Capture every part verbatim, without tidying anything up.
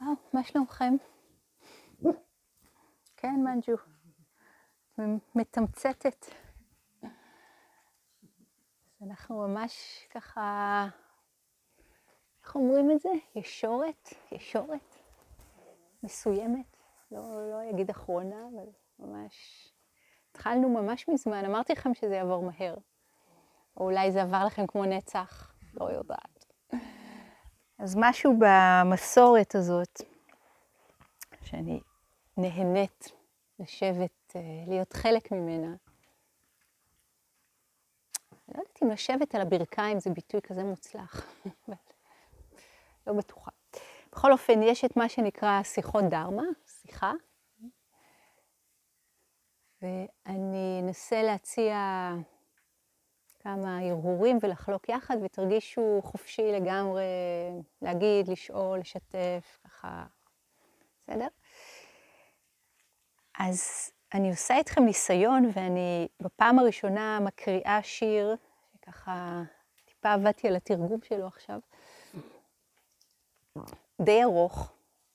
וואו, מה שלומכם? כן, מנג'ו. מתמצתת. אז אנחנו ממש ככה, איך אומרים את זה? ישורת, ישורת מסוימת. לא, לא אגיד אחרונה, אבל ממש, התחלנו ממש מזמן. אמרתי לכם שזה יעבור מהר. או אולי זה עבר לכם כמו נצח, לא יודעת. אז משהו במסורת הזאת, שאני נהנית לשבת, להיות חלק ממנה. לא יודעת אם לשבת על הברכיים זה ביטוי כזה מוצלח, לא בטוחה. בכל אופן, יש את מה שנקרא שיחות דרמה, שיחה, ואני אנסה להציע כמה הרהורים ולחלוק יחד, ותרגישו חופשי לגמרי להגיד, לשאול, לשתף, ככה, בסדר? אז אני עושה איתכם ניסיון, ואני בפעם הראשונה מקריאה שיר, שככה טיפה עבדתי על התרגום שלו עכשיו, די ארוך,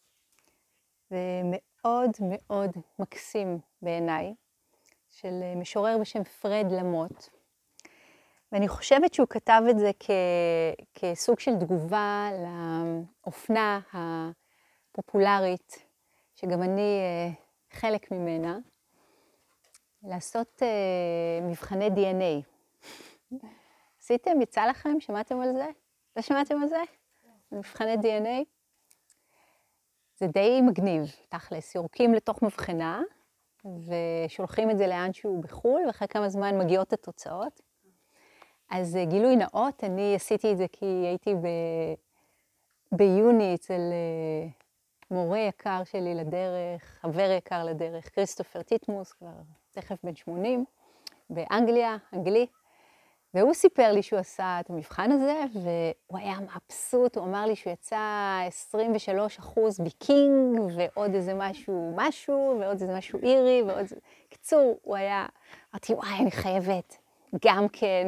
ומאוד מאוד מקסים בעיניי, של משורר בשם פרד למוט. ואני חושבת שהוא כתב את זה כ... כסוג של תגובה לאופנה הפופולרית, שגם אני חלק ממנה, לעשות מבחני די אן איי. עשיתם? יצא לכם? שמעתם על זה? לא שמעתם על זה? מבחני די אן איי? זה די מגניב, תכלס. יורקים לתוך מבחנה, ושולחים את זה לאן שהוא בחול, ואחרי כמה זמן מגיעות התוצאות. אז גילוי נאות, אני עשיתי את זה כי הייתי ב... ביוני אצל מורה יקר שלי לדרך, חבר יקר לדרך, כריסטופר טיטמוס, כבר תכף בן שמונים, באנגליה, אנגלי. והוא סיפר לי שהוא עשה את המבחן הזה, והוא היה מבסוט, הוא אמר לי שהוא יצא עשרים ושלושה אחוז ביקינג, ועוד איזה משהו משהו, ועוד איזה משהו אירי, ועוד איזה... קיצור, הוא היה... אמרתי, וואי, אני חייבת, גם כן.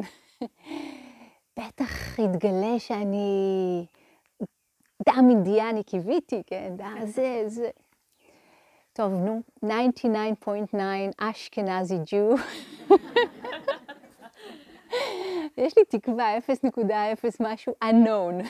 בטח התגלה שאני דם אינדיאני קיוויתי, כן, דם זה, זה. טוב, נו, תשעים ותשע נקודה תשע אשכנזי ג'ו. יש לי תקווה, אפס נקודה אפס משהו unknown.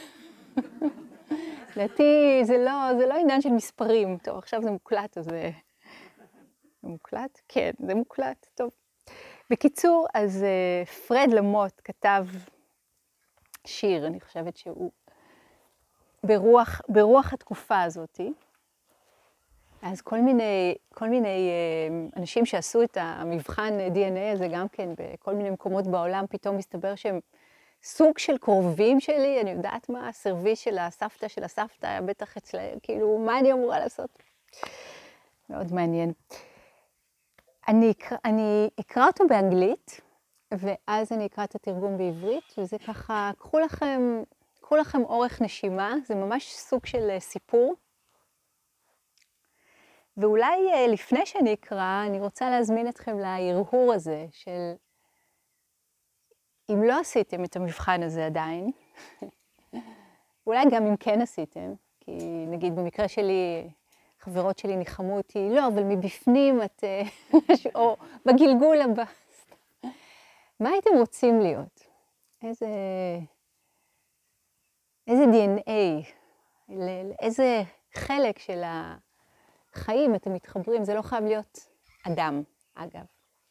לדעתי, זה לא, זה לא עניין של מספרים. טוב, עכשיו זה מוקלט, אז זה... זה מוקלט? כן, זה מוקלט, טוב. בקיצור, אז פרד למוט כתב שיר, אני חושבת שהוא ברוח, ברוח התקופה הזאת. אז כל מיני, כל מיני אנשים שעשו את המבחן די אן איי הזה, גם כן בכל מיני מקומות בעולם, פתאום מסתבר שהם סוג של קרובים שלי, אני יודעת מה, הסרוויס של הסבתא של הסבתא, בטח אצלהם, כאילו, מה אני אמורה לעשות? מאוד מעניין. אני אקרא, אני אקרא אותו באנגלית, ואז אני אקרא את התרגום בעברית, וזה ככה, קחו לכם, קחו לכם אורך נשימה, זה ממש סוג של סיפור. ואולי לפני שאני אקרא, אני רוצה להזמין אתכם להרהור הזה של, אם לא עשיתם את המבחן הזה עדיין, אולי גם אם כן עשיתם, כי נגיד במקרה שלי, חברות שלי ניחמו אותי, לא, אבל מבפנים את, או בגלגול הבא. מה הייתם רוצים להיות? איזה, איזה די אן איי, איזה חלק של החיים אתם מתחברים, זה לא חייב להיות אדם, אגב.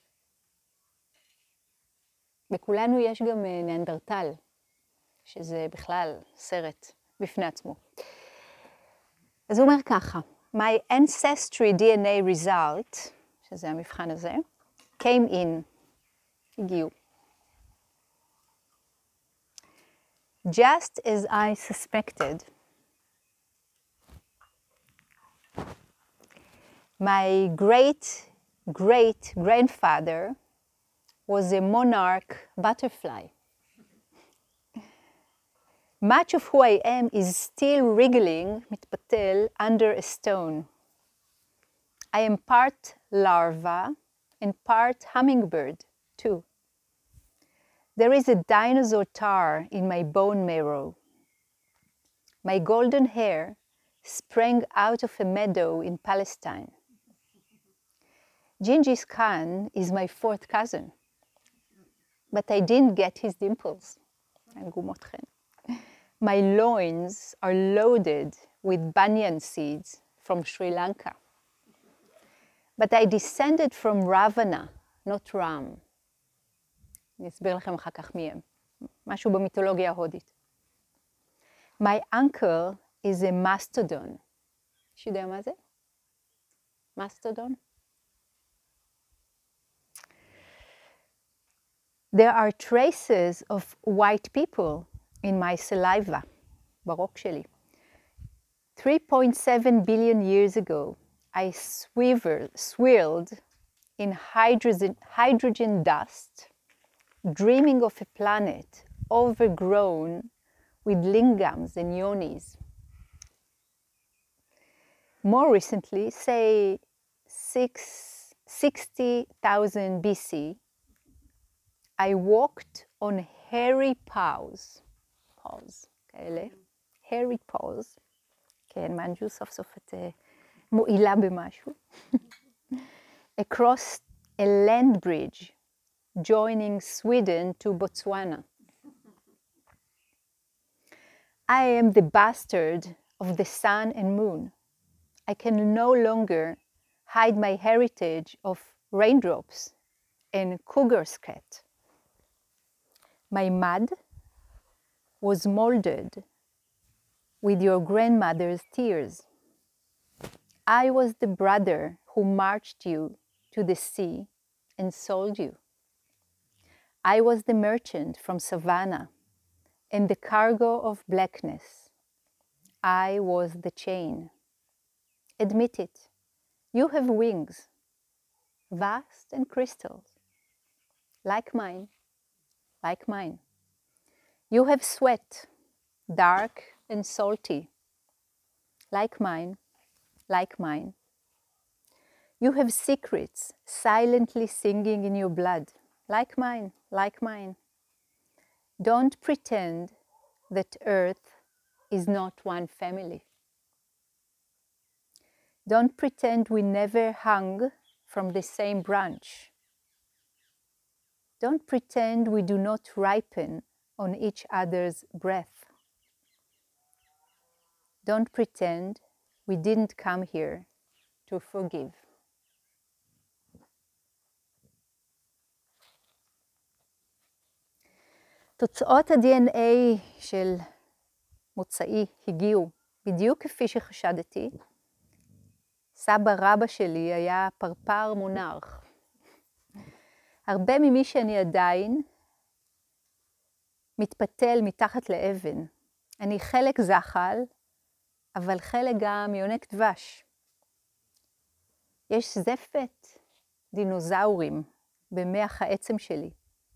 בכולנו יש גם ניאנדרטל, שזה בכלל סרט בפני עצמו. אז הוא אומר ככה, My ancestry די אן איי result, שזה המבחן הזה, came in, הגיעו. Just as I suspected, my great, great grandfather was a monarch butterfly. Much of who I am is still wriggling, מתפתל, under a stone. I am part larva and part hummingbird, too. There is a dinosaur tar in my bone marrow. My golden hair sprang out of a meadow in Palestine. Genghis Khan is my fourth cousin, but I didn't get his dimples. My loins are loaded with banyan seeds from Sri Lanka. But I descended from Ravana, not Ram. אני אסביר לכם אחר כך מי הם. משהו במיתולוגיה ההודית. My uncle is a mastodon. שיודע מה זה? Mastodon? There are traces of white people in my saliva, ברוק שלי. three point seven billion years ago, I swivel, swirled in hydrogen, hydrogen dust, dreaming of a planet overgrown with lingams and yonis. More recently, say sixty thousand B C, I walked on hairy paws, paws, כאלה, hairy paws, כן, מנג'ו סוף סוף את מועילה במשהו, across a land bridge, joining Sweden to Botswana. I am the bastard of the sun and moon. I can no longer hide my heritage of raindrops and cougar scat. My mud was molded with your grandmother's tears. I was the brother who marched you to the sea and sold you. I was the merchant from Savannah and the cargo of blackness. I was the chain. Admit it, you have wings, vast and crystals, like mine, like mine. You have sweat, dark and salty, like mine, like mine. You have secrets silently singing in your blood, like mine, like mine. Don't pretend that Earth is not one family. Don't pretend we never hung from the same branch. Don't pretend we do not ripen on each other's breath. Don't pretend we didn't come here to forgive. תוצאות ה-די אן איי של מוצאי הגיעו בדיוק כפי שחשדתי. סבא רבא שלי היה פרפר מונרך. הרבה ממי שאני עדיין מתפתל מתחת לאבן. אני חלק זחל, אבל חלק גם יונק דבש. יש זפת דינוזאורים במח העצם שלי.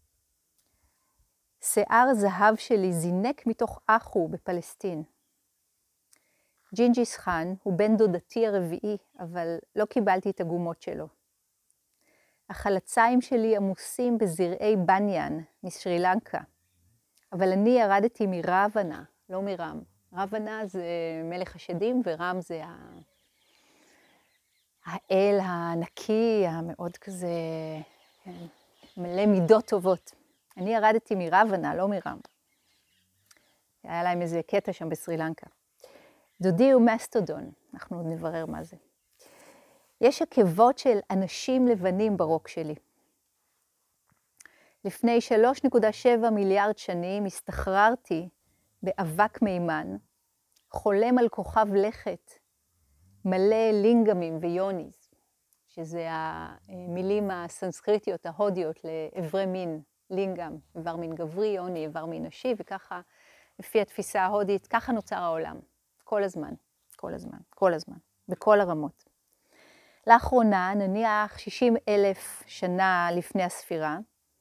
שיער זהב שלי זינק מתוך אחו בפלסטין. ג'ינג'יס חאן הוא בן דודתי הרביעי, אבל לא קיבלתי את הגומות שלו. החלציים שלי עמוסים בזרעי בניאן משרי לנקה, אבל אני ירדתי מרבנה, לא מרם. רבנה זה מלך השדים, ורם זה האל הנקי, המאוד כזה, מלא מידות טובות. אני ירדתי מרבנה, לא מרם. היה להם איזה קטע שם בסרי לנקה. דודי הוא מסטודון, אנחנו עוד נברר מה זה. יש עקבות של אנשים לבנים ברוק שלי. לפני שלוש נקודה שבע מיליארד שנים הסתחררתי באבק מימן, חולם על כוכב לכת, מלא לינגמים ויוניז, שזה המילים הסנסקריטיות, ההודיות לאיברי מין, לינגם, איבר מין גברי, יוני, איבר מין נשי, וככה, לפי התפיסה ההודית, ככה נוצר העולם. כל הזמן, כל הזמן, כל הזמן, בכל הרמות. לאחרונה, נניח שישים אלף שנה לפני הספירה,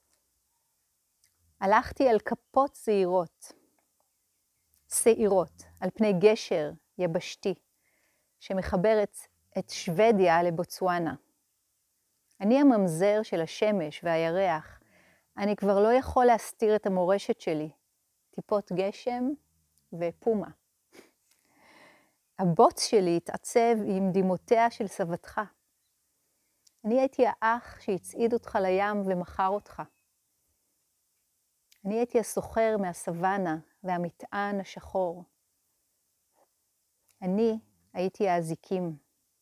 הלכתי על כפות זעירות, שעירות, על פני גשר יבשתי, שמחברת את שוודיה לבוצואנה. אני הממזר של השמש והירח, אני כבר לא יכול להסתיר את המורשת שלי, טיפות גשם ופומה. הבוץ שלי התעצב עם דמעותיה של סבתך. אני הייתי האח שהצעיד אותך לים ומכר אותך. אני הייתי הסוחר מהסוואנה והמטען השחור. אני הייתי האזיקים.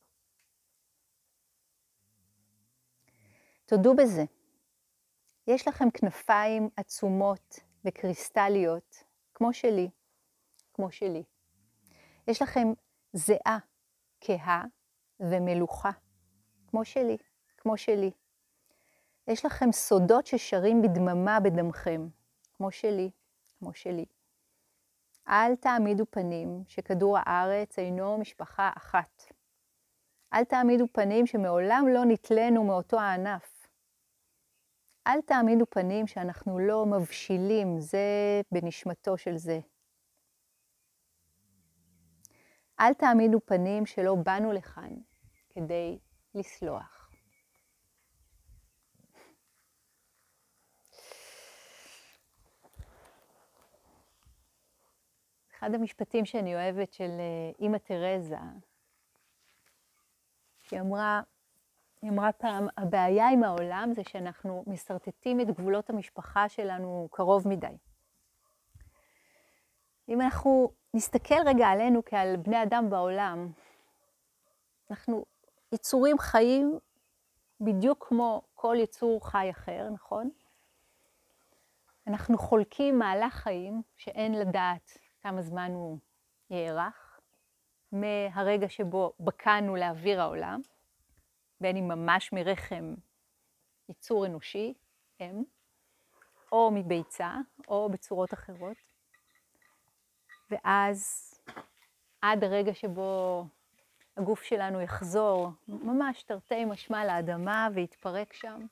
תודו בזה. יש לכם כנפיים עצומות וקריסטליות, כמו שלי, כמו שלי. יש לכם זיעה כהה ומלוכה, כמו שלי, כמו שלי. יש לכם סודות ששרים בדממה בדמכם, כמו שלי, כמו שלי. אל תעמידו פנים שכדור הארץ אינו משפחה אחת. אל תעמידו פנים שמעולם לא נתלנו מאותו הענף. אל תעמידו פנים שאנחנו לא מבשילים זה בנשמתו של זה. אל תעמידו פנים שלא באנו לכאן כדי לסלוח. אחד המשפטים שאני אוהבת של אמא תרזה, שהיא אמרה, היא אמרה פעם, הבעיה עם העולם זה שאנחנו מסרטטים את גבולות המשפחה שלנו קרוב מדי. אם אנחנו נסתכל רגע עלינו כעל בני אדם בעולם, אנחנו יצורים חיים בדיוק כמו כל יצור חי אחר, נכון? אנחנו חולקים מהלך חיים שאין לדעת כמה זמן הוא יארך, מהרגע שבו בקענו לאוויר העולם, בין אם ממש מרחם יצור אנושי, אם, או מביצה, או בצורות אחרות. ואז עד הרגע שבו הגוף שלנו יחזור, ממש תרתי משמע לאדמה ויתפרק שם.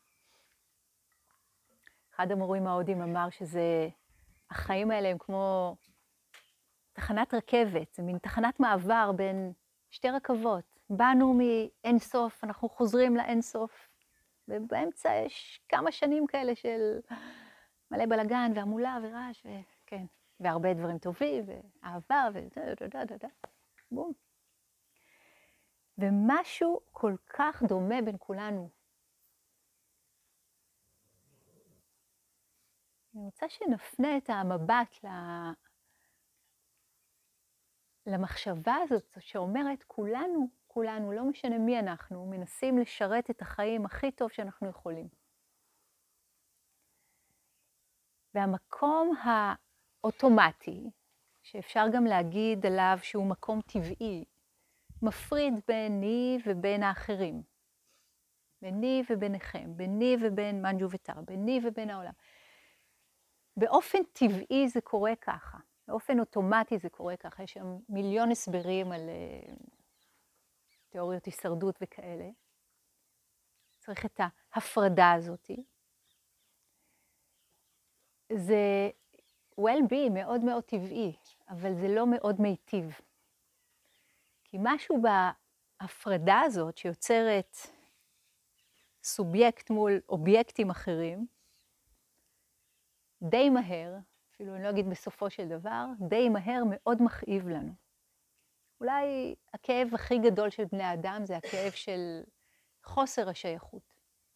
אחד המורים ההודים אמר שזה, החיים האלה הם כמו תחנת רכבת, זה מין תחנת מעבר בין שתי רכבות. באנו מאין סוף, אנחנו חוזרים לאין סוף, ובאמצע יש כמה שנים כאלה של מלא בלגן והמולה ורעש, וכן, והרבה דברים טובים, ואהבה, ודדדדדד, בום. ומשהו כל כך דומה בין כולנו. אני רוצה שנפנה את המבט ל... למחשבה הזאת שאומרת, כולנו, כולנו, לא משנה מי אנחנו, מנסים לשרת את החיים הכי טוב שאנחנו יכולים. והמקום האוטומטי, שאפשר גם להגיד עליו שהוא מקום טבעי, מפריד ביני ובין האחרים. ביני וביניכם, ביני ובין מנג'ו וטר, ביני ובין העולם. באופן טבעי זה קורה ככה. באופן אוטומטי זה קורה ככה, יש שם מיליון הסברים על uh, תיאוריות הישרדות וכאלה. צריך את ההפרדה הזאת. זה well-being מאוד מאוד טבעי, אבל זה לא מאוד מיטיב. כי משהו בהפרדה הזאת שיוצרת סובייקט מול אובייקטים אחרים, די מהר, אפילו אני לא אגיד בסופו של דבר, די מהר מאוד מכאיב לנו. אולי הכאב הכי גדול של בני האדם זה הכאב של חוסר השייכות.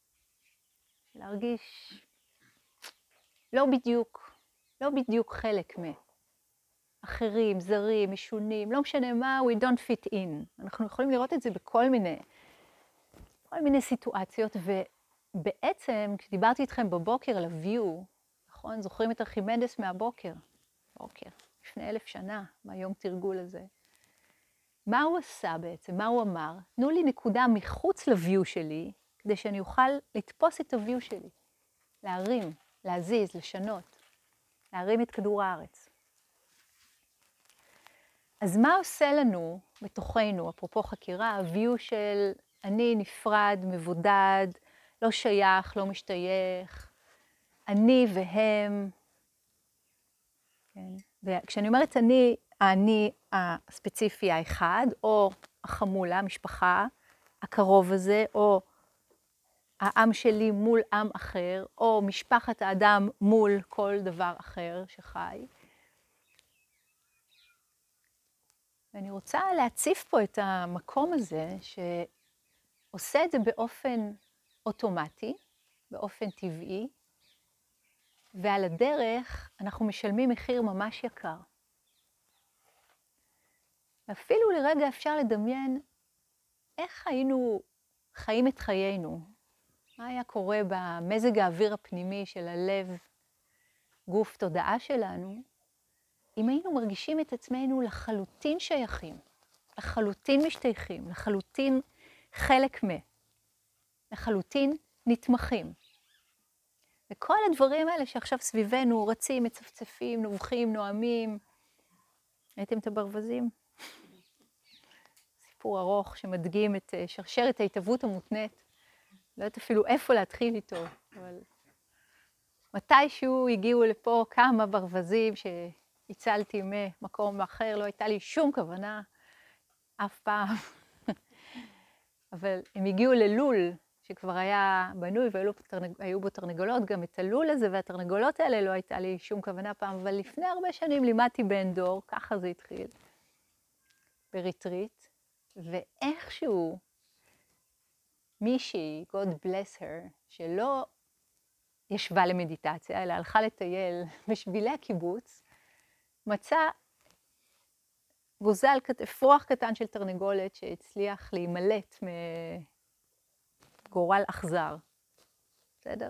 להרגיש לא בדיוק, לא בדיוק חלק מאחרים, זרים, משונים, לא משנה מה, we don't fit in. אנחנו יכולים לראות את זה בכל מיני, כל מיני סיטואציות, ובעצם כשדיברתי איתכם בבוקר על ה-view, נכון? זוכרים את ארכימדס מהבוקר? בוקר, לפני אלף שנה, מהיום תרגול הזה. מה הוא עשה בעצם? מה הוא אמר? תנו לי נקודה מחוץ ל-view שלי, כדי שאני אוכל לתפוס את ה-view שלי. להרים, להזיז, לשנות. להרים את כדור הארץ. אז מה עושה לנו בתוכנו, אפרופו חקירה, ה-view של אני נפרד, מבודד, לא שייך, לא משתייך, אני והם, כן. וכשאני אומרת אני, אני הספציפי האחד, או החמולה, המשפחה, הקרוב הזה, או העם שלי מול עם אחר, או משפחת האדם מול כל דבר אחר שחי. ואני רוצה להציף פה את המקום הזה, שעושה את זה באופן אוטומטי, באופן טבעי, ועל הדרך אנחנו משלמים מחיר ממש יקר. אפילו לרגע אפשר לדמיין איך היינו חיים את חיינו, מה היה קורה במזג האוויר הפנימי של הלב, גוף תודעה שלנו, אם היינו מרגישים את עצמנו לחלוטין שייכים, לחלוטין משתייכים, לחלוטין חלק מה, לחלוטין נתמכים. וכל הדברים האלה שעכשיו סביבנו רצים, מצפצפים, נובחים, נועמים. ראיתם את הברווזים? סיפור ארוך שמדגים את שרשרת ההתהוות המותנית. לא יודעת אפילו איפה להתחיל איתו, אבל מתישהו הגיעו לפה כמה ברווזים שהצלתי ממקום אחר, לא הייתה לי שום כוונה אף פעם. אבל הם הגיעו ללול שכבר היה בנוי והיו בו תרנגולות, גם את הלול הזה והתרנגולות האלה לא הייתה לי שום כוונה פעם, אבל לפני הרבה שנים לימדתי בעין דור, ככה זה התחיל, בריטריט, ואיכשהו מישהי, God bless her, שלא ישבה למדיטציה, אלא הלכה לטייל בשבילי הקיבוץ, מצא גוזל, אפרוח קטן של תרנגולת שהצליח להימלט מגורל אכזר. בסדר?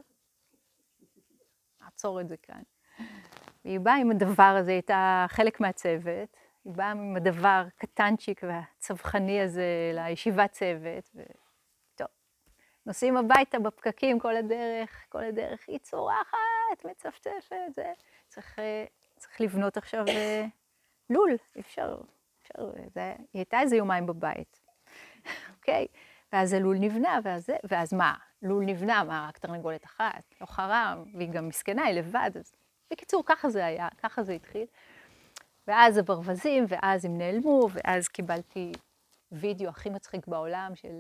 נעצור את זה כאן. והיא באה עם הדבר הזה, הייתה חלק מהצוות, היא באה עם הדבר קטנצ'יק והצווחני הזה לישיבת צוות, וטוב, נוסעים הביתה בפקקים כל הדרך, כל הדרך היא צורחת, מצפצפת, זה צריך, צריך לבנות עכשיו לול, אפשר, אפשר, זה, היא הייתה איזה יומיים בבית, אוקיי? ואז הלול נבנה, ואז, ואז מה? לול נבנה, מה, רק תרנגולת אחת, לא חרם, והיא גם מסכנה, היא לבד, אז בקיצור, ככה זה היה, ככה זה התחיל. ואז הברווזים, ואז הם נעלמו, ואז קיבלתי וידאו הכי מצחיק בעולם של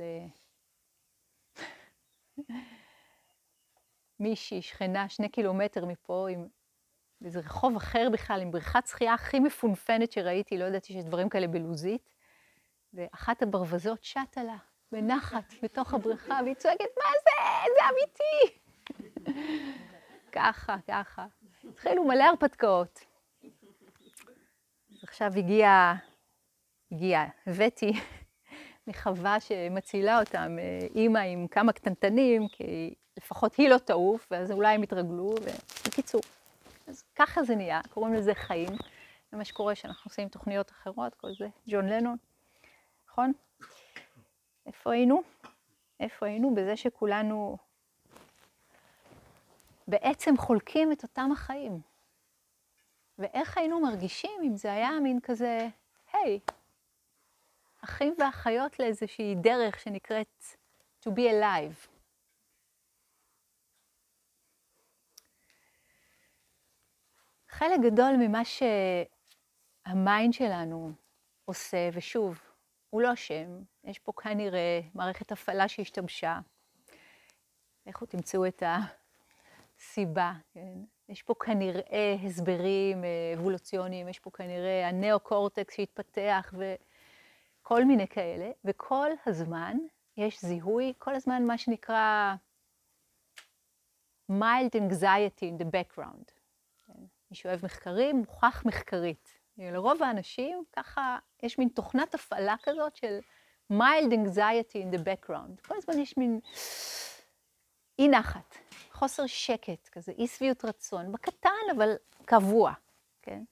מישהי, שכנה, שני קילומטר מפה, עם איזה רחוב אחר בכלל, עם בריכת שחייה הכי מפונפנת שראיתי, לא ידעתי שיש דברים כאלה בלוזית, ואחת הברווזות שטה לה, בנחת, בתוך הבריכה, והיא צועקת, מה זה? זה אמיתי! ככה, ככה. התחילו מלא הרפתקאות. אז עכשיו הגיעה, הגיעה, הבאתי מחווה שמצילה אותם, אימא עם כמה קטנטנים, כי לפחות היא לא תעוף, ואז אולי הם יתרגלו, ובקיצור. אז ככה זה נהיה, קוראים לזה חיים. זה מה שקורה שאנחנו עושים תוכניות אחרות, כל זה, ג'ון לנון, נכון? איפה היינו? איפה היינו? בזה שכולנו בעצם חולקים את אותם החיים. ואיך היינו מרגישים אם זה היה מין כזה, היי, אחים ואחיות לאיזושהי דרך שנקראת to be alive. חלק גדול ממה שהמיינד שלנו עושה, ושוב, הוא לא שם, יש פה כנראה מערכת הפעלה שהשתמשה. לכו תמצאו את הסיבה, כן? יש פה כנראה הסברים אבולוציוניים, יש פה כנראה הנאו-קורטקס שהתפתח וכל מיני כאלה, וכל הזמן יש זיהוי, כל הזמן מה שנקרא mild anxiety in the background. מי שאוהב מחקרים, מוכח מחקרית. לרוב האנשים, ככה, יש מין תוכנת הפעלה כזאת של mild anxiety in the background. כל הזמן יש מין אי נחת, חוסר שקט, כזה אי שביעות רצון, בקטן אבל קבוע, כן?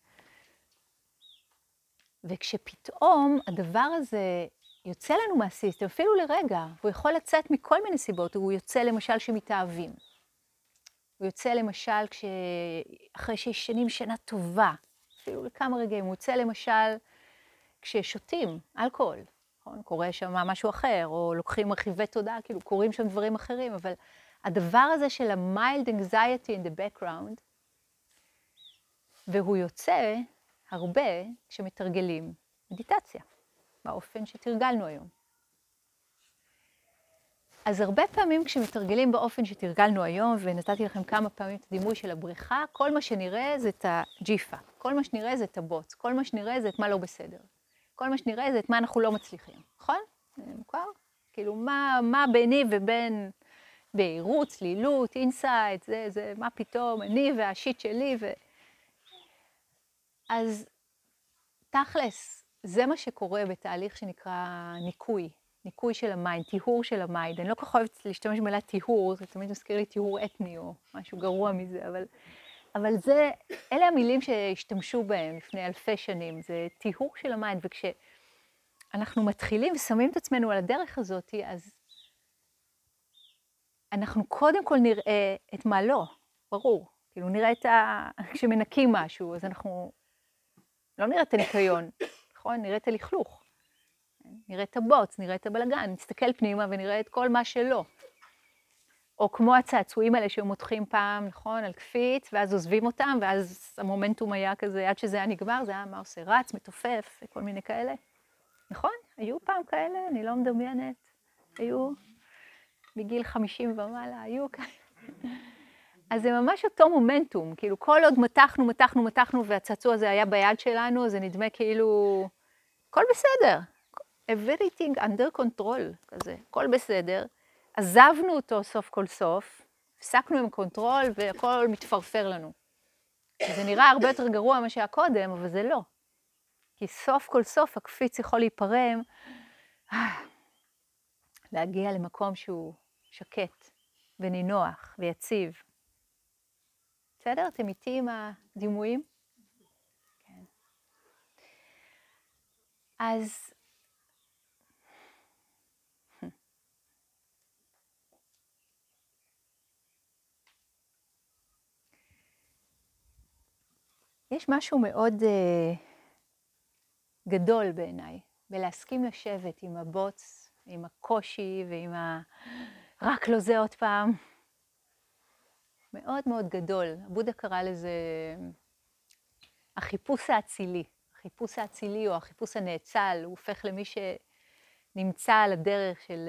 וכשפתאום הדבר הזה יוצא לנו מהסיסטם, אפילו לרגע, הוא יכול לצאת מכל מיני סיבות, הוא יוצא למשל שמתאהבים. הוא יוצא למשל כש... אחרי שישנים שינה טובה, אפילו לכמה רגעים, הוא יוצא למשל כששותים אלכוהול, נכון? קורה שם משהו אחר, או לוקחים מרחיבי תודעה, כאילו קורים שם דברים אחרים, אבל הדבר הזה של ה-mild anxiety in the background, והוא יוצא הרבה כשמתרגלים מדיטציה, באופן שתרגלנו היום. אז הרבה פעמים כשמתרגלים באופן שתרגלנו היום, ונתתי לכם כמה פעמים את הדימוי של הבריכה, כל מה שנראה זה את הג'יפה, כל מה שנראה זה את הבוץ, כל מה שנראה זה את מה לא בסדר. כל מה שנראה זה את מה אנחנו לא מצליחים, נכון? זה מוכר? כאילו, מה, מה ביני ובין בהירות, צלילות, אינסייט, זה, זה, מה פתאום, אני והשיט שלי, ו... אז תכלס, זה מה שקורה בתהליך שנקרא ניקוי, ניקוי של המיינד, טיהור של המיינד. אני לא כל כך אוהבת להשתמש במילה טיהור, זה תמיד מזכיר לי טיהור אתני או משהו גרוע מזה, אבל, אבל זה, אלה המילים שהשתמשו בהם לפני אלפי שנים, זה טיהור של המיינד, וכשאנחנו מתחילים ושמים את עצמנו על הדרך הזאת, אז אנחנו קודם כל נראה את מה לא, ברור. כאילו נראה את ה... כשמנקים משהו, אז אנחנו לא נראה את הניקיון, נכון? נראה את הלכלוך. נראה את הבוץ, נראה את הבלגן, נסתכל פנימה ונראה את כל מה שלא. או כמו הצעצועים האלה שמותחים פעם, נכון? על קפיץ, ואז עוזבים אותם, ואז המומנטום היה כזה, עד שזה היה נגמר, זה היה מה עושה, רץ, מתופף, וכל מיני כאלה. נכון? היו פעם כאלה, אני לא מדמיינת. היו בגיל חמישים ומעלה, היו כאלה. אז זה ממש אותו מומנטום, כאילו כל עוד מתחנו, מתחנו, מתחנו, והצעצוע הזה היה ביד שלנו, זה נדמה כאילו, הכל בסדר. Everything under control, כזה, הכל בסדר. עזבנו אותו סוף כל סוף, הפסקנו עם קונטרול והכל מתפרפר לנו. זה נראה הרבה יותר גרוע מה שהיה קודם, אבל זה לא. כי סוף כל סוף הקפיץ יכול להיפרם, להגיע למקום שהוא שקט ונינוח ויציב. בסדר? אתם איתי עם הדימויים? כן. אז... יש משהו מאוד uh, גדול בעיניי, בלהסכים לשבת עם הבוץ, עם הקושי ועם ה... רק לא זה עוד פעם. מאוד מאוד גדול. הבודה קרא לזה החיפוש האצילי. החיפוש האצילי או החיפוש הנאצל, הוא הופך למי שנמצא על הדרך של,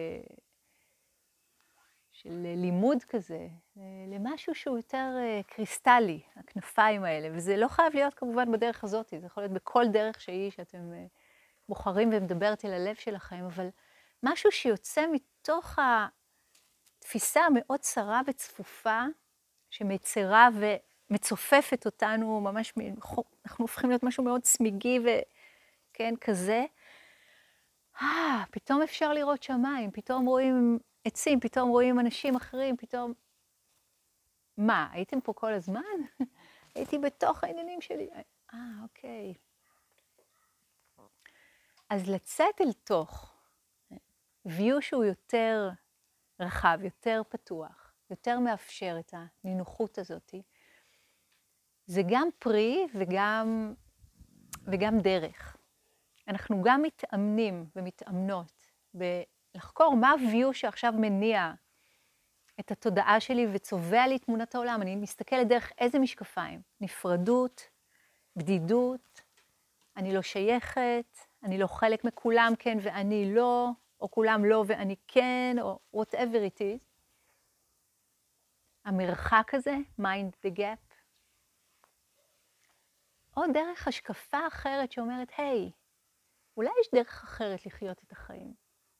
של לימוד כזה, למשהו שהוא יותר קריסטלי, הכנפיים האלה. וזה לא חייב להיות כמובן בדרך הזאת, זה יכול להיות בכל דרך שהיא שאתם בוחרים ומדברת אל הלב שלכם, אבל משהו שיוצא מתוך ה... תפיסה מאוד צרה וצפופה, שמצרה ומצופפת אותנו ממש, אנחנו הופכים להיות משהו מאוד צמיגי וכן, כזה. אה, פתאום אפשר לראות שמיים, פתאום רואים עצים, פתאום רואים אנשים אחרים, פתאום... מה, הייתם פה כל הזמן? הייתי בתוך העניינים שלי. אה, אוקיי. אז לצאת אל תוך, view שהוא יותר... רחב, יותר פתוח, יותר מאפשר את הנינוחות הזאת. זה גם פרי וגם, וגם דרך. אנחנו גם מתאמנים ומתאמנות בלחקור מה ה-view שעכשיו מניע את התודעה שלי וצובע לי את תמונת העולם. אני מסתכלת דרך איזה משקפיים? נפרדות, בדידות, אני לא שייכת, אני לא חלק מכולם כן ואני לא, או כולם לא ואני כן, או whatever it is. המרחק הזה, mind the gap. או דרך השקפה אחרת שאומרת, היי, אולי יש דרך אחרת לחיות את החיים.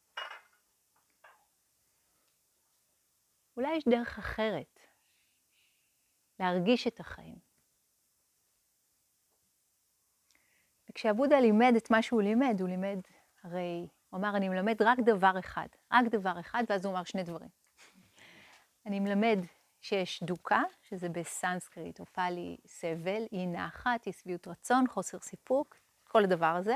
אולי יש דרך אחרת להרגיש את החיים. וכשהבודה לימד את מה שהוא לימד, הוא לימד, הרי הוא אמר, אני מלמד רק דבר אחד, רק דבר אחד, ואז הוא אמר שני דברים. אני מלמד שיש דוקה, שזה בסנסקריט, או פאלי סבל, אי נחת, אי שביעות רצון, חוסר סיפוק, כל הדבר הזה,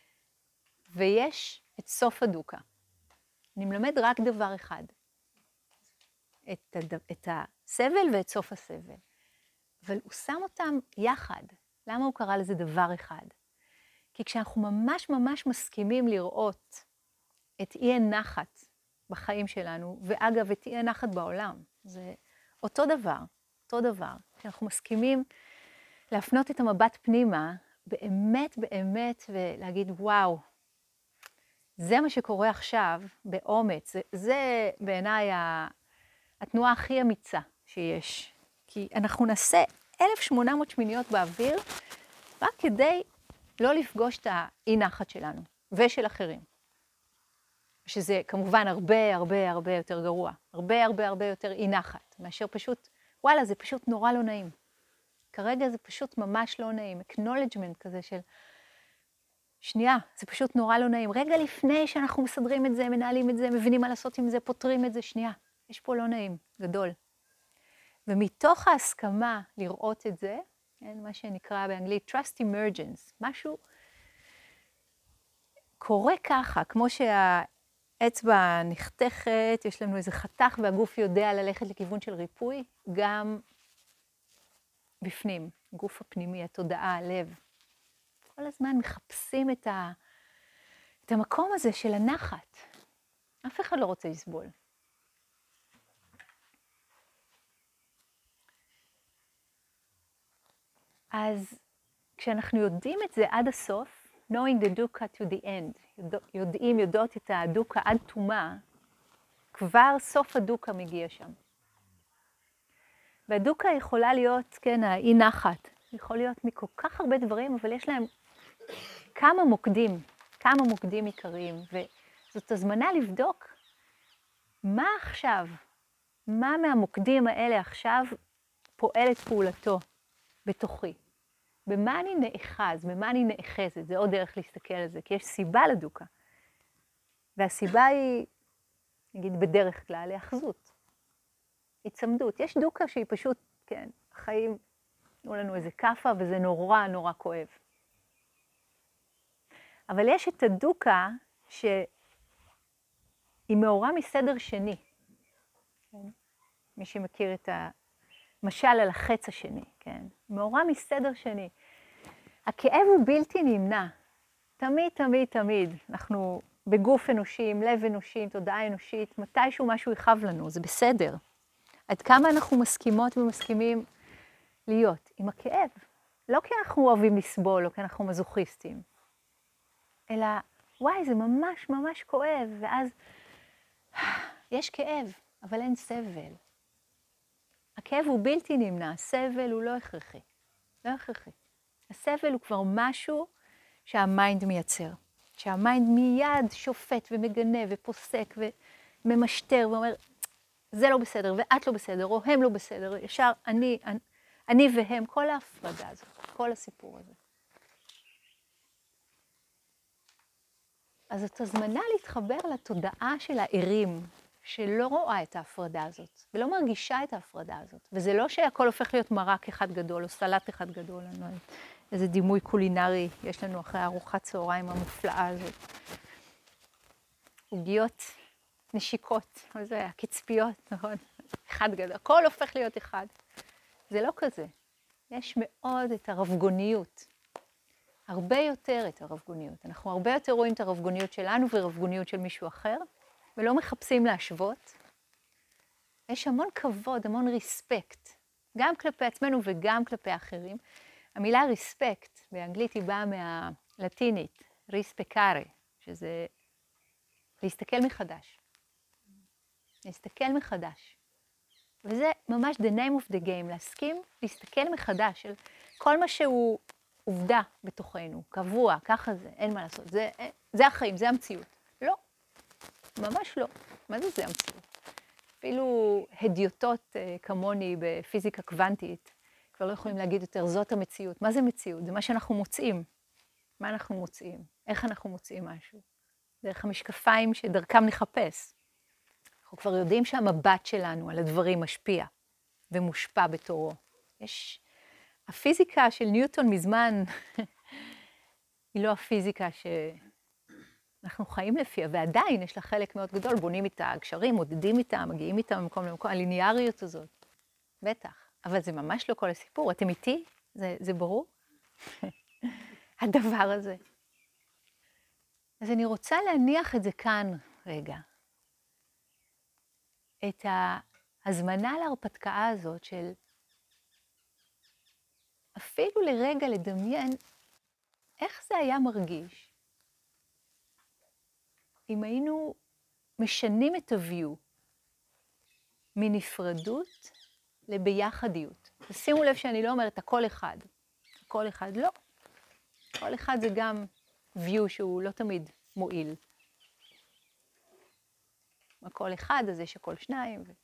ויש את סוף הדוקה. אני מלמד רק דבר אחד, את, הד... את הסבל ואת סוף הסבל. אבל הוא שם אותם יחד. למה הוא קרא לזה דבר אחד? כי כשאנחנו ממש ממש מסכימים לראות את אי הנחת בחיים שלנו, ואגב, את אי הנחת בעולם, זה אותו דבר, אותו דבר. כשאנחנו מסכימים להפנות את המבט פנימה, באמת באמת, ולהגיד, וואו, זה מה שקורה עכשיו באומץ. זה, זה בעיניי התנועה הכי אמיצה שיש. כי אנחנו נעשה אלף ושמונה מאות שמיניות באוויר, רק כדי לא לפגוש את האי נחת שלנו ושל אחרים. שזה כמובן הרבה הרבה הרבה יותר גרוע, הרבה הרבה הרבה יותר אי נחת, מאשר פשוט, וואלה, זה פשוט נורא לא נעים. כרגע זה פשוט ממש לא נעים, acknowledgement כזה של, שנייה, זה פשוט נורא לא נעים. רגע לפני שאנחנו מסדרים את זה, מנהלים את זה, מבינים מה לעשות עם זה, פותרים את זה, שנייה, יש פה לא נעים, גדול. ומתוך ההסכמה לראות את זה, מה שנקרא באנגלית trust emergence, משהו קורה ככה, כמו שהאצבע נחתכת, יש לנו איזה חתך והגוף יודע ללכת לכיוון של ריפוי, גם בפנים, גוף הפנימי, התודעה, הלב. כל הזמן מחפשים את, ה... את המקום הזה של הנחת. אף אחד לא רוצה לסבול. אז כשאנחנו יודעים את זה עד הסוף, knowing the dukkha to the end, יודעים, יודעות את הדוקה עד תומה, כבר סוף הדוקה מגיע שם. והדוקה יכולה להיות, כן, האי נחת, יכול להיות מכל כך הרבה דברים, אבל יש להם כמה מוקדים, כמה מוקדים עיקריים, וזאת הזמנה לבדוק מה עכשיו, מה מהמוקדים האלה עכשיו פועל את פעולתו בתוכי. במה אני נאחז, במה אני נאחזת, זה עוד דרך להסתכל על זה, כי יש סיבה לדוקה. והסיבה היא, נגיד בדרך כלל, להאחזות, הצמדות. יש דוקה שהיא פשוט, כן, החיים, תנו לנו איזה קפה, וזה נורא נורא כואב. אבל יש את הדוקה שהיא מאורה מסדר שני. כן? מי שמכיר את המשל על החץ השני, כן? מאורה מסדר שני. הכאב הוא בלתי נמנע. תמיד, תמיד, תמיד. אנחנו בגוף אנושי, עם לב אנושי, עם תודעה אנושית, מתישהו משהו יכאב לנו, זה בסדר. עד כמה אנחנו מסכימות ומסכימים להיות עם הכאב. לא כי אנחנו אוהבים לסבול, או כי אנחנו מזוכיסטים. אלא, וואי, זה ממש ממש כואב, ואז יש כאב, אבל אין סבל. הכאב הוא בלתי נמנע, הסבל הוא לא הכרחי. לא הכרחי. הסבל הוא כבר משהו שהמיינד מייצר. שהמיינד מיד שופט ומגנה ופוסק וממשטר ואומר, זה לא בסדר ואת לא בסדר, או הם לא בסדר, ישר אני, אני, אני והם, כל ההפרדה הזאת, כל הסיפור הזה. אז זאת הזמנה להתחבר לתודעה של הערים, שלא רואה את ההפרדה הזאת, ולא מרגישה את ההפרדה הזאת. וזה לא שהכל הופך להיות מרק אחד גדול, או סלט אחד גדול, אני לא יודעת, איזה דימוי קולינרי יש לנו אחרי ארוחת צהריים המופלאה הזאת. עוגיות נשיקות, מה זה היה? קצפיות, נכון? אחד גדול, הכל הופך להיות אחד. זה לא כזה. יש מאוד את הרבגוניות. הרבה יותר את הרבגוניות. אנחנו הרבה יותר רואים את הרבגוניות שלנו ורבגוניות של מישהו אחר, ולא מחפשים להשוות. יש המון כבוד, המון ריספקט, גם כלפי עצמנו וגם כלפי אחרים. המילה ריספקט באנגלית היא באה מהלטינית, ריספקארה, שזה להסתכל מחדש. להסתכל מחדש. וזה ממש the name of the game, להסכים, להסתכל מחדש של כל מה שהוא עובדה בתוכנו, קבוע, ככה זה, אין מה לעשות, זה, זה החיים, זה המציאות. לא, ממש לא. מה זה זה המציאות? אפילו הדיוטות כמוני בפיזיקה קוונטית, כבר לא יכולים להגיד יותר, זאת המציאות. מה זה מציאות? זה מה שאנחנו מוצאים. מה אנחנו מוצאים? איך אנחנו מוצאים משהו? דרך המשקפיים שדרכם נחפש. אנחנו כבר יודעים שהמבט שלנו על הדברים משפיע ומושפע בתורו. יש... הפיזיקה של ניוטון מזמן היא לא הפיזיקה שאנחנו חיים לפיה, ועדיין יש לה חלק מאוד גדול, בונים איתה גשרים, מודדים איתה, מגיעים איתה ממקום למקום, הליניאריות הזאת. בטח, אבל זה ממש לא כל הסיפור. אתם איתי? זה, זה ברור? הדבר הזה. אז אני רוצה להניח את זה כאן רגע. את ההזמנה להרפתקה הזאת של אפילו לרגע לדמיין איך זה היה מרגיש אם היינו משנים את הוויו מנפרדות לביחדיות. שימו לב שאני לא אומרת הכל אחד. הכל אחד לא. כל אחד זה גם view שהוא לא תמיד מועיל. הכל אחד, אז יש הכל שניים. ו...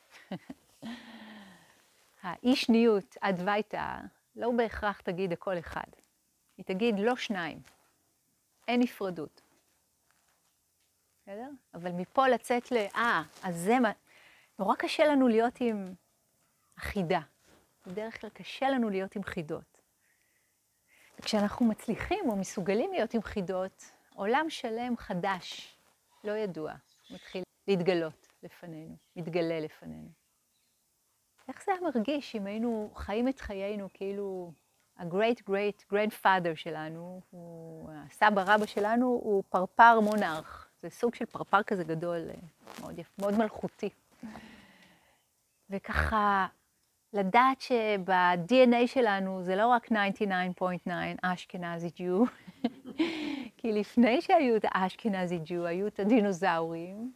האי שניות, אדווייתא, לא בהכרח תגיד הכל אחד. היא תגיד לא שניים. אין נפרדות. בסדר? אבל מפה לצאת ל... אה, אז זה מה... נורא קשה לנו להיות עם אחידה. בדרך כלל קשה לנו להיות עם חידות. וכשאנחנו מצליחים או מסוגלים להיות עם חידות, עולם שלם חדש, לא ידוע, מתחיל להתגלות לפנינו, מתגלה לפנינו. איך זה היה מרגיש אם היינו חיים את חיינו כאילו ה-great great grandfather שלנו, הוא, הסבא רבא שלנו הוא פרפר מונרך. זה סוג של פרפר כזה גדול, מאוד יפה, מאוד מלכותי. וככה לדעת שב-די אן איי שלנו זה לא רק תשעים ותשע נקודה תשע אשכנזי ג'ו, כי לפני שהיו את האשכנזי ג'ו, היו את הדינוזאורים,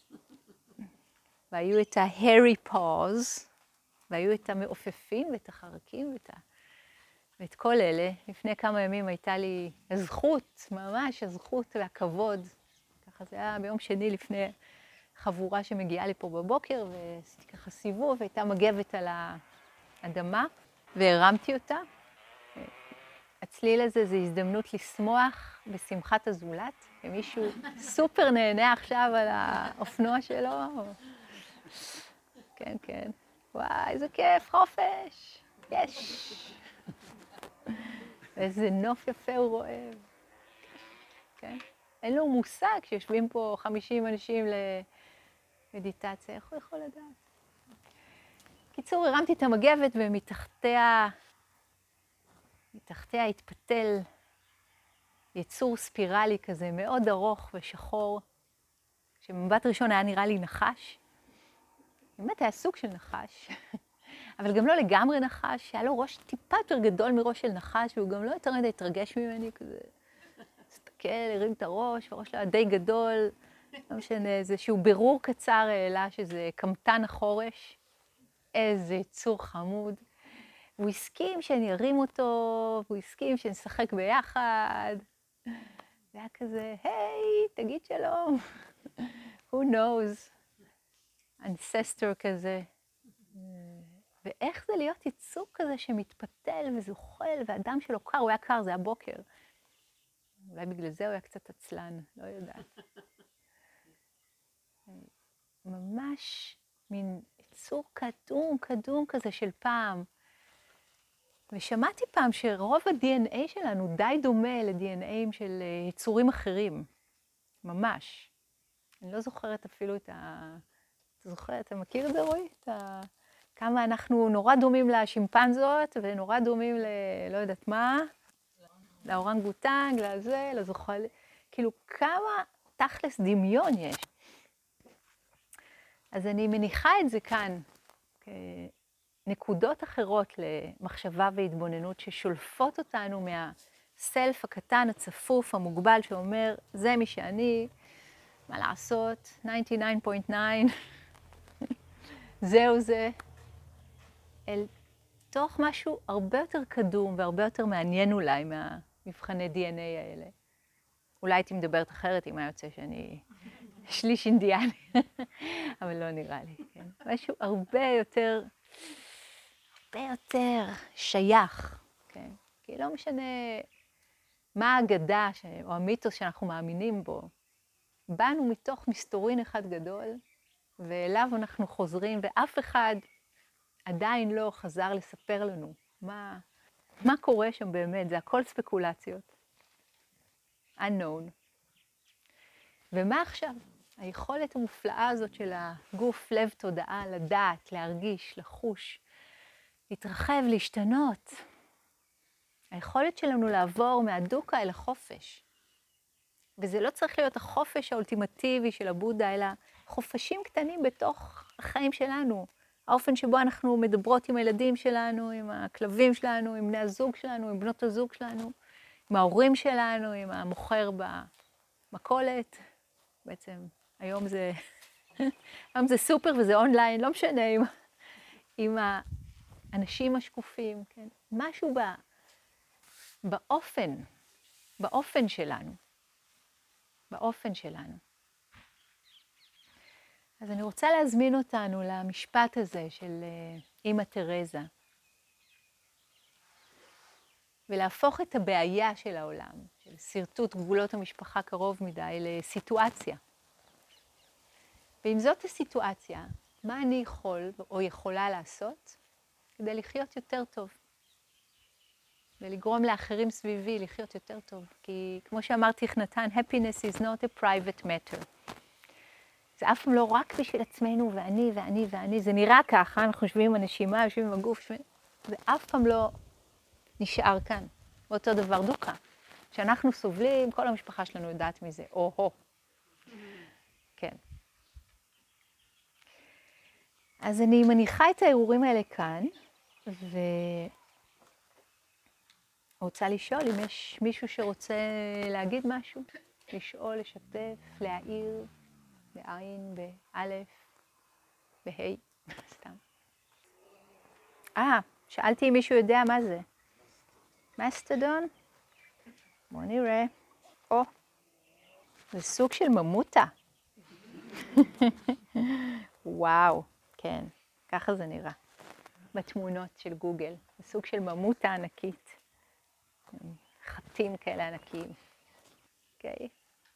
והיו את ה-hairy paws, והיו את המעופפים ואת החרקים ואת, ה... ואת כל אלה. לפני כמה ימים הייתה לי הזכות, ממש הזכות והכבוד. ככה זה היה ביום שני לפני חבורה שמגיעה לי פה בבוקר, ועשיתי ככה סיבוב, והייתה מגבת על האדמה, והרמתי אותה. הצליל הזה זה הזדמנות לשמוח בשמחת הזולת, ומישהו סופר נהנה עכשיו על האופנוע שלו. כן, כן. וואי, איזה כיף, חופש. יש. ואיזה נוף יפה הוא רואה. כן? אין לו מושג שיושבים פה חמישים אנשים למדיטציה, איך הוא יכול לדעת? קיצור, הרמתי את המגבת ומתחתיה, מתחתיה התפתל יצור ספירלי כזה מאוד ארוך ושחור, שבמבט ראשון היה נראה לי נחש. באמת היה סוג של נחש, אבל גם לא לגמרי נחש, שהיה לו ראש טיפה יותר גדול מראש של נחש, והוא גם לא יותר מדי התרגש ממני כזה. הסתכל, הרים את הראש, הראש שלה די גדול, לא משנה, איזשהו בירור קצר העלה שזה קמטן החורש. איזה יצור חמוד. הוא הסכים שאני ארים אותו, והוא הסכים שנשחק ביחד. זה היה כזה, היי, תגיד שלום. Who knows? ancestor כזה. ואיך זה להיות יצור כזה שמתפתל וזוחל, והדם שלו קר, הוא היה קר, זה היה בוקר. אולי בגלל זה הוא היה קצת עצלן, לא יודעת. ממש מין יצור קדום, קדום כזה של פעם. ושמעתי פעם שרוב ה-די אן איי שלנו די דומה ל-די אן איי של יצורים אחרים. ממש. אני לא זוכרת אפילו את ה... אתה זוכר, אתה מכיר את זה, רועי? את ה... כמה אנחנו נורא דומים לשימפנזות, ונורא דומים ל... לא יודעת מה, לאורנגוטנג, לזה, לזוחל... כאילו, כמה תכלס דמיון יש. אז אני מניחה את זה כאן, כנקודות אחרות למחשבה והתבוננות, ששולפות אותנו מהסלף הקטן, הצפוף, המוגבל, שאומר, זה מי שאני, מה לעשות, תשעים ותשע נקודה תשע, זהו זה, אל תוך משהו הרבה יותר קדום והרבה יותר מעניין אולי מהמבחני די אן איי האלה. אולי הייתי מדברת אחרת אם היה יוצא שאני שליש אינדיאני, אבל לא נראה לי, כן? משהו הרבה יותר, הרבה יותר שייך, כן? כי לא משנה מה האגדה ש... או המיתוס שאנחנו מאמינים בו, באנו מתוך מסתורין אחד גדול, ואליו אנחנו חוזרים, ואף אחד עדיין לא חזר לספר לנו מה, מה קורה שם באמת, זה הכל ספקולציות. unknown. ומה עכשיו? היכולת המופלאה הזאת של הגוף, לב, תודעה, לדעת, להרגיש, לחוש, להתרחב, להשתנות. היכולת שלנו לעבור מהדוקה אל החופש. וזה לא צריך להיות החופש האולטימטיבי של הבודה, אלא חופשים קטנים בתוך החיים שלנו. האופן שבו אנחנו מדברות עם הילדים שלנו, עם הכלבים שלנו, עם בני הזוג שלנו, עם בנות הזוג שלנו, עם ההורים שלנו, עם המוכר במכולת. בעצם היום זה, היום זה סופר וזה אונליין, לא משנה, עם, עם האנשים השקופים, כן? משהו בא, באופן באופן שלנו. באופן שלנו. אז אני רוצה להזמין אותנו למשפט הזה של אמא תרזה. ולהפוך את הבעיה של העולם, של סרטוט גבולות המשפחה קרוב מדי, לסיטואציה. ואם זאת הסיטואציה, מה אני יכול או יכולה לעשות כדי לחיות יותר טוב? ולגרום לאחרים סביבי לחיות יותר טוב. כי כמו שאמרתי נתן, happiness is not a private matter. זה אף פעם לא רק בשביל עצמנו, ואני, ואני, ואני. זה נראה ככה, אנחנו יושבים עם הנשימה, יושבים עם הגוף, יושבים... זה אף פעם לא נשאר כאן. ואותו דבר דוקה. כשאנחנו סובלים, כל המשפחה שלנו יודעת מזה. או-הו. כן. אז אני מניחה את האירורים האלה כאן, ו... רוצה לשאול אם יש מישהו שרוצה להגיד משהו, לשאול, לשתף, להעיר, בעין, באלף, בהי, סתם. אה, שאלתי אם מישהו יודע מה זה. מסטודון? בוא נראה. או, זה סוג של ממוטה. וואו, כן, ככה זה נראה. בתמונות של גוגל. זה סוג של ממוטה ענקית. חטים כאלה ענקיים. אוקיי?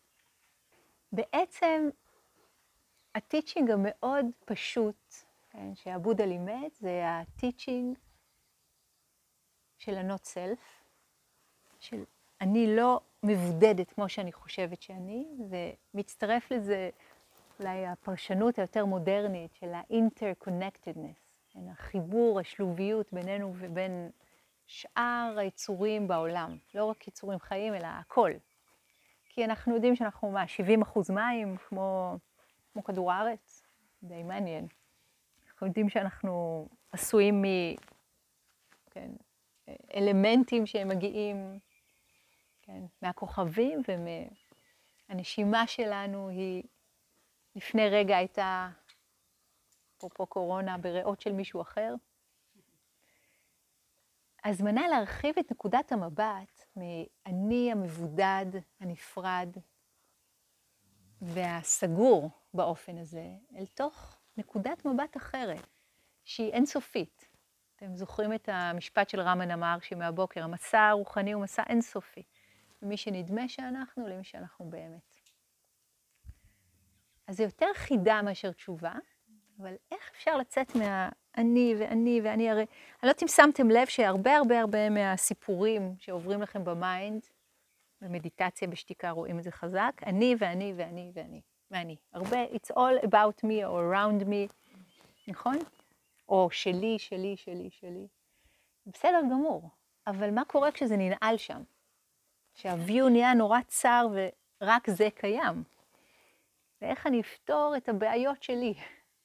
בעצם, הטיצ'ינג המאוד פשוט, כן, שהבודה לימד, זה הטיצ'ינג של ה-not self, של אני לא מבודדת כמו שאני חושבת שאני, ומצטרף לזה אולי הפרשנות היותר מודרנית של ה-interconnectedness, החיבור, השלוביות בינינו ובין שאר היצורים בעולם, לא רק יצורים חיים, אלא הכל. כי אנחנו יודעים שאנחנו מה, שבעים אחוז מים, כמו, כמו כדור הארץ, די מעניין. אנחנו יודעים שאנחנו עשויים מ, כן, אלמנטים שהם מגיעים, כן, מהכוכבים, והנשימה שלנו היא, לפני רגע הייתה, אפרופו קורונה, בריאות של מישהו אחר. הזמנה להרחיב את נקודת המבט מאני המבודד, הנפרד והסגור באופן הזה, אל תוך נקודת מבט אחרת, שהיא אינסופית. אתם זוכרים את המשפט של רמן אמר שמהבוקר, המסע הרוחני הוא מסע אינסופי, ממי שנדמה שאנחנו למי שאנחנו באמת. אז זה יותר חידה מאשר תשובה, אבל איך אפשר לצאת מהאני ואני ואני, הרי, אני לא יודעת אם שמתם לב שהרבה הרבה הרבה מהסיפורים שעוברים לכם במיינד, במדיטציה בשתיקה רואים את זה חזק, אני ואני ואני ואני, ואני. הרבה, it's all about me or around me, נכון? או שלי, שלי, שלי, שלי. בסדר גמור, אבל מה קורה כשזה ננעל שם? שהוויו נהיה נורא צר ורק זה קיים. ואיך אני אפתור את הבעיות שלי?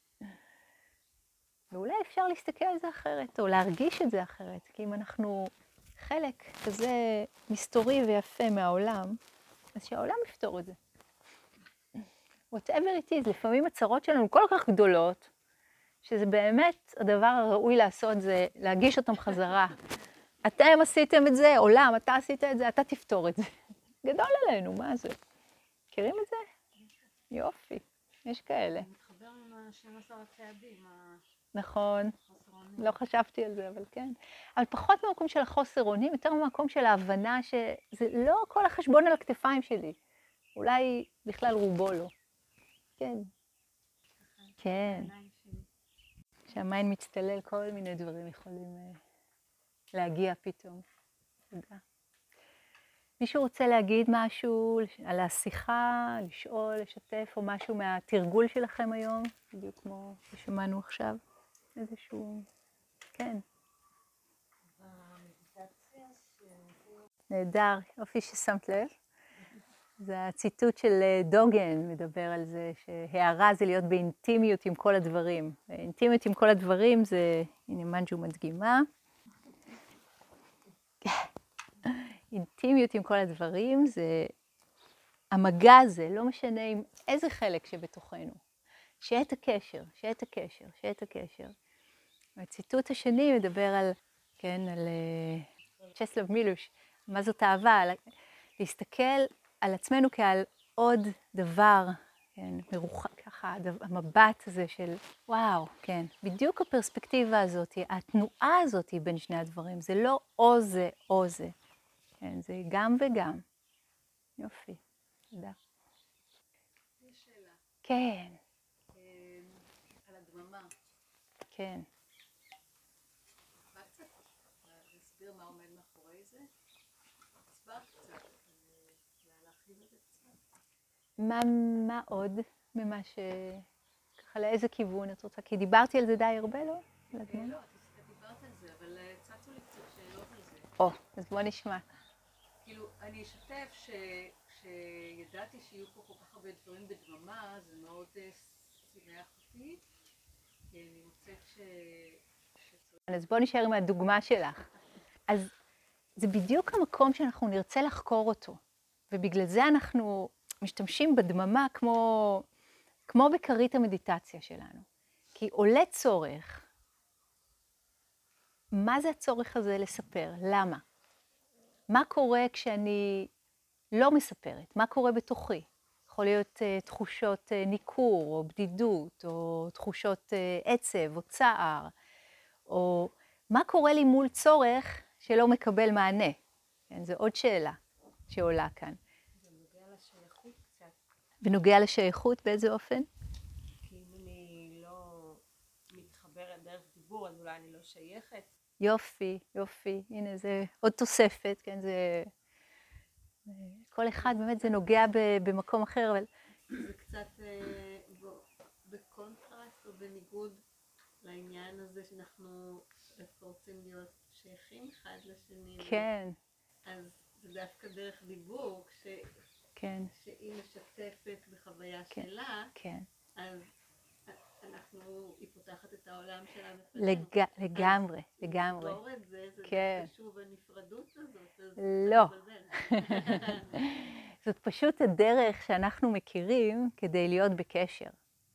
ואולי אפשר להסתכל על זה אחרת, או להרגיש את זה אחרת, כי אם אנחנו חלק כזה מסתורי ויפה מהעולם, אז שהעולם יפתור את זה. whatever it is, לפעמים הצרות שלנו כל כך גדולות, שזה באמת הדבר הראוי לעשות זה להגיש אותם חזרה. אתם עשיתם את זה, עולם, אתה עשית את זה, אתה תפתור את זה. גדול עלינו, מה זה? מכירים את זה? יופי, יש כאלה. מתחבר עם ה-שנים עשר הצעדים. נכון, לא חשבתי על זה, אבל כן. אבל פחות במקום של החוסר אונים, יותר במקום של ההבנה שזה לא כל החשבון על הכתפיים שלי. אולי בכלל רובו לא. כן. כן. כשהמיין מצטלל, כל מיני דברים יכולים להגיע פתאום. תודה. מישהו רוצה להגיד משהו על השיחה, לשאול, לשתף, או משהו מהתרגול שלכם היום? בדיוק כמו ששמענו עכשיו. איזשהו... כן. נהדר, יופי ששמת לב. זה הציטוט של דוגן מדבר על זה, שהערה זה להיות באינטימיות עם כל הדברים. אינטימיות עם כל הדברים זה, הנה מנג'ו מדגימה. אינטימיות עם כל הדברים זה, המגע הזה, לא משנה עם איזה חלק שבתוכנו. שיהיה את הקשר, שיהיה את הקשר, שיהיה את הקשר. הציטוט השני מדבר על, כן, על צ'סלב מילוש, מה זאת אהבה, על להסתכל על עצמנו כעל עוד דבר, כן, מרוחק ככה, המבט הזה של וואו, כן, בדיוק הפרספקטיבה הזאת, התנועה הזאת בין שני הדברים, זה לא או זה או זה, כן, זה גם וגם. יופי, תודה. יש שאלה. כן. על הדממה. כן. מה קצת? להסביר מה עומד מאחורי זה? הסברת קצת, להרחיב את זה קצת. מה, מה עוד ממה ש... ככה לאיזה כיוון את רוצה? כי דיברתי על זה די הרבה, לא? לא, את דיברת על זה, אבל צצו לי קצת שאלות על זה. או, אז בוא נשמע. כאילו, אני אשתף ש... שידעתי שיהיו פה כל כך הרבה דברים בדממה, זה מאוד שימח אותי. אני מוצאת ש... אז בוא נשאר עם הדוגמה שלך. אז זה בדיוק המקום שאנחנו נרצה לחקור אותו. ובגלל זה אנחנו משתמשים בדממה כמו, כמו בקרית המדיטציה שלנו. כי עולה צורך. מה זה הצורך הזה לספר? למה? מה קורה כשאני לא מספרת? מה קורה בתוכי? יכול להיות uh, תחושות uh, ניכור, או בדידות, או תחושות uh, עצב, או צער, או מה קורה לי מול צורך שלא מקבל מענה? כן, זו עוד שאלה שעולה כאן. זה נוגע לשייכות קצת. בנוגע לשייכות באיזה אופן? כי אם אני לא מתחברת דרך דיבור, אז אולי אני לא שייכת. יופי, יופי. הנה, זה עוד תוספת, כן, זה... כל אחד באמת זה נוגע במקום אחר, אבל... זה קצת בקונטרסט או בניגוד לעניין הזה שאנחנו רוצים להיות שייכים אחד לשני. כן. אז זה דווקא דרך דיבור, כש... כן. שהיא משתפת בחוויה כן. שלה, כן. אז אנחנו, היא פותחת את העולם שלה לג... לגמרי, לגמרי. לסגור את זה, זה כן. חשוב הנפרדות הזאת. לא. זאת פשוט הדרך שאנחנו מכירים כדי להיות בקשר.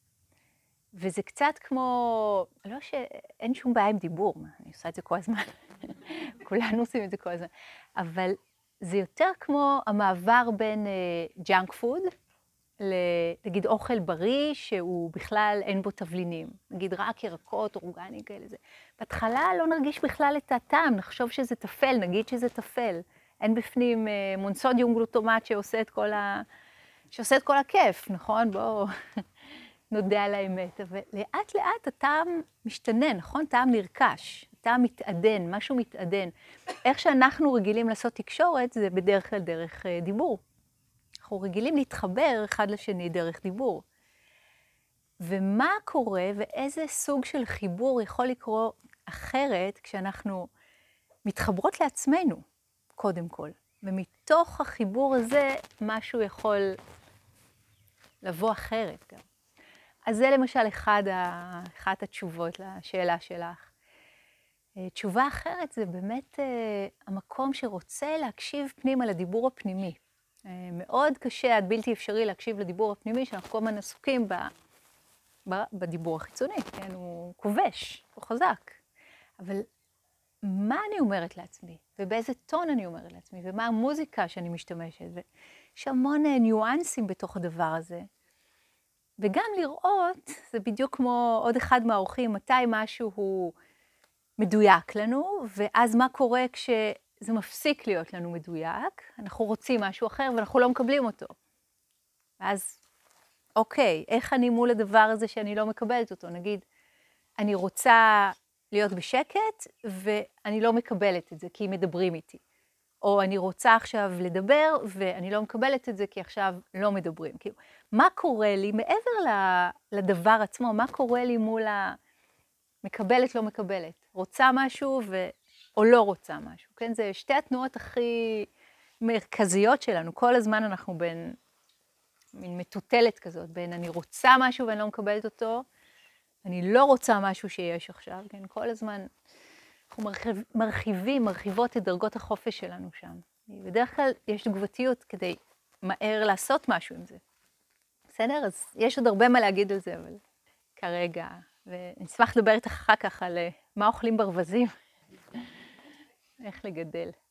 וזה קצת כמו, לא שאין שום בעיה עם דיבור, אני עושה את זה כל הזמן. כולנו עושים את זה כל הזמן. אבל זה יותר כמו המעבר בין ג'אנק פוד, נגיד אוכל בריא שהוא בכלל אין בו תבלינים. נגיד רק ירקות, אורגני כאלה זה. בהתחלה לא נרגיש בכלל את הטעם, נחשוב שזה תפל, נגיד שזה תפל. אין בפנים מונסודיום גלוטומט שעושה את כל ה... שעושה את כל הכיף, נכון? בואו נודה על האמת. אבל לאט לאט הטעם משתנה, נכון? טעם נרכש, טעם מתעדן, משהו מתעדן. איך שאנחנו רגילים לעשות תקשורת זה בדרך כלל דרך דיבור. אנחנו רגילים להתחבר אחד לשני דרך דיבור. ומה קורה ואיזה סוג של חיבור יכול לקרות אחרת כשאנחנו מתחברות לעצמנו, קודם כל. ומתוך החיבור הזה משהו יכול לבוא אחרת גם. אז זה למשל אחד ה... אחת התשובות לשאלה שלך. תשובה אחרת זה באמת המקום שרוצה להקשיב פנימה לדיבור הפנימי. מאוד קשה, עד בלתי אפשרי להקשיב לדיבור הפנימי, שאנחנו כל הזמן עסוקים ב... ב... בדיבור החיצוני, כן? הוא כובש, הוא חזק. אבל מה אני אומרת לעצמי? ובאיזה טון אני אומרת לעצמי? ומה המוזיקה שאני משתמשת? ויש המון ניואנסים בתוך הדבר הזה. וגם לראות, זה בדיוק כמו עוד אחד מהאורחים, מתי משהו הוא מדויק לנו, ואז מה קורה כש... זה מפסיק להיות לנו מדויק, אנחנו רוצים משהו אחר ואנחנו לא מקבלים אותו. אז, אוקיי, איך אני מול הדבר הזה שאני לא מקבלת אותו? נגיד, אני רוצה להיות בשקט ואני לא מקבלת את זה כי מדברים איתי. או אני רוצה עכשיו לדבר ואני לא מקבלת את זה כי עכשיו לא מדברים. כאילו, מה קורה לי מעבר לדבר עצמו? מה קורה לי מול המקבלת, לא מקבלת? רוצה משהו ו... או לא רוצה משהו, כן? זה שתי התנועות הכי מרכזיות שלנו. כל הזמן אנחנו בין, מין מטוטלת כזאת, בין אני רוצה משהו ואני לא מקבלת אותו, אני לא רוצה משהו שיש עכשיו, כן? כל הזמן אנחנו מרחיב, מרחיבים, מרחיבות את דרגות החופש שלנו שם. בדרך כלל יש תגובתיות כדי מהר לעשות משהו עם זה. בסדר? אז יש עוד הרבה מה להגיד על זה, אבל כרגע, ונשמח לדבר איתך אחר כך על מה אוכלים ברווזים. איך לגדל.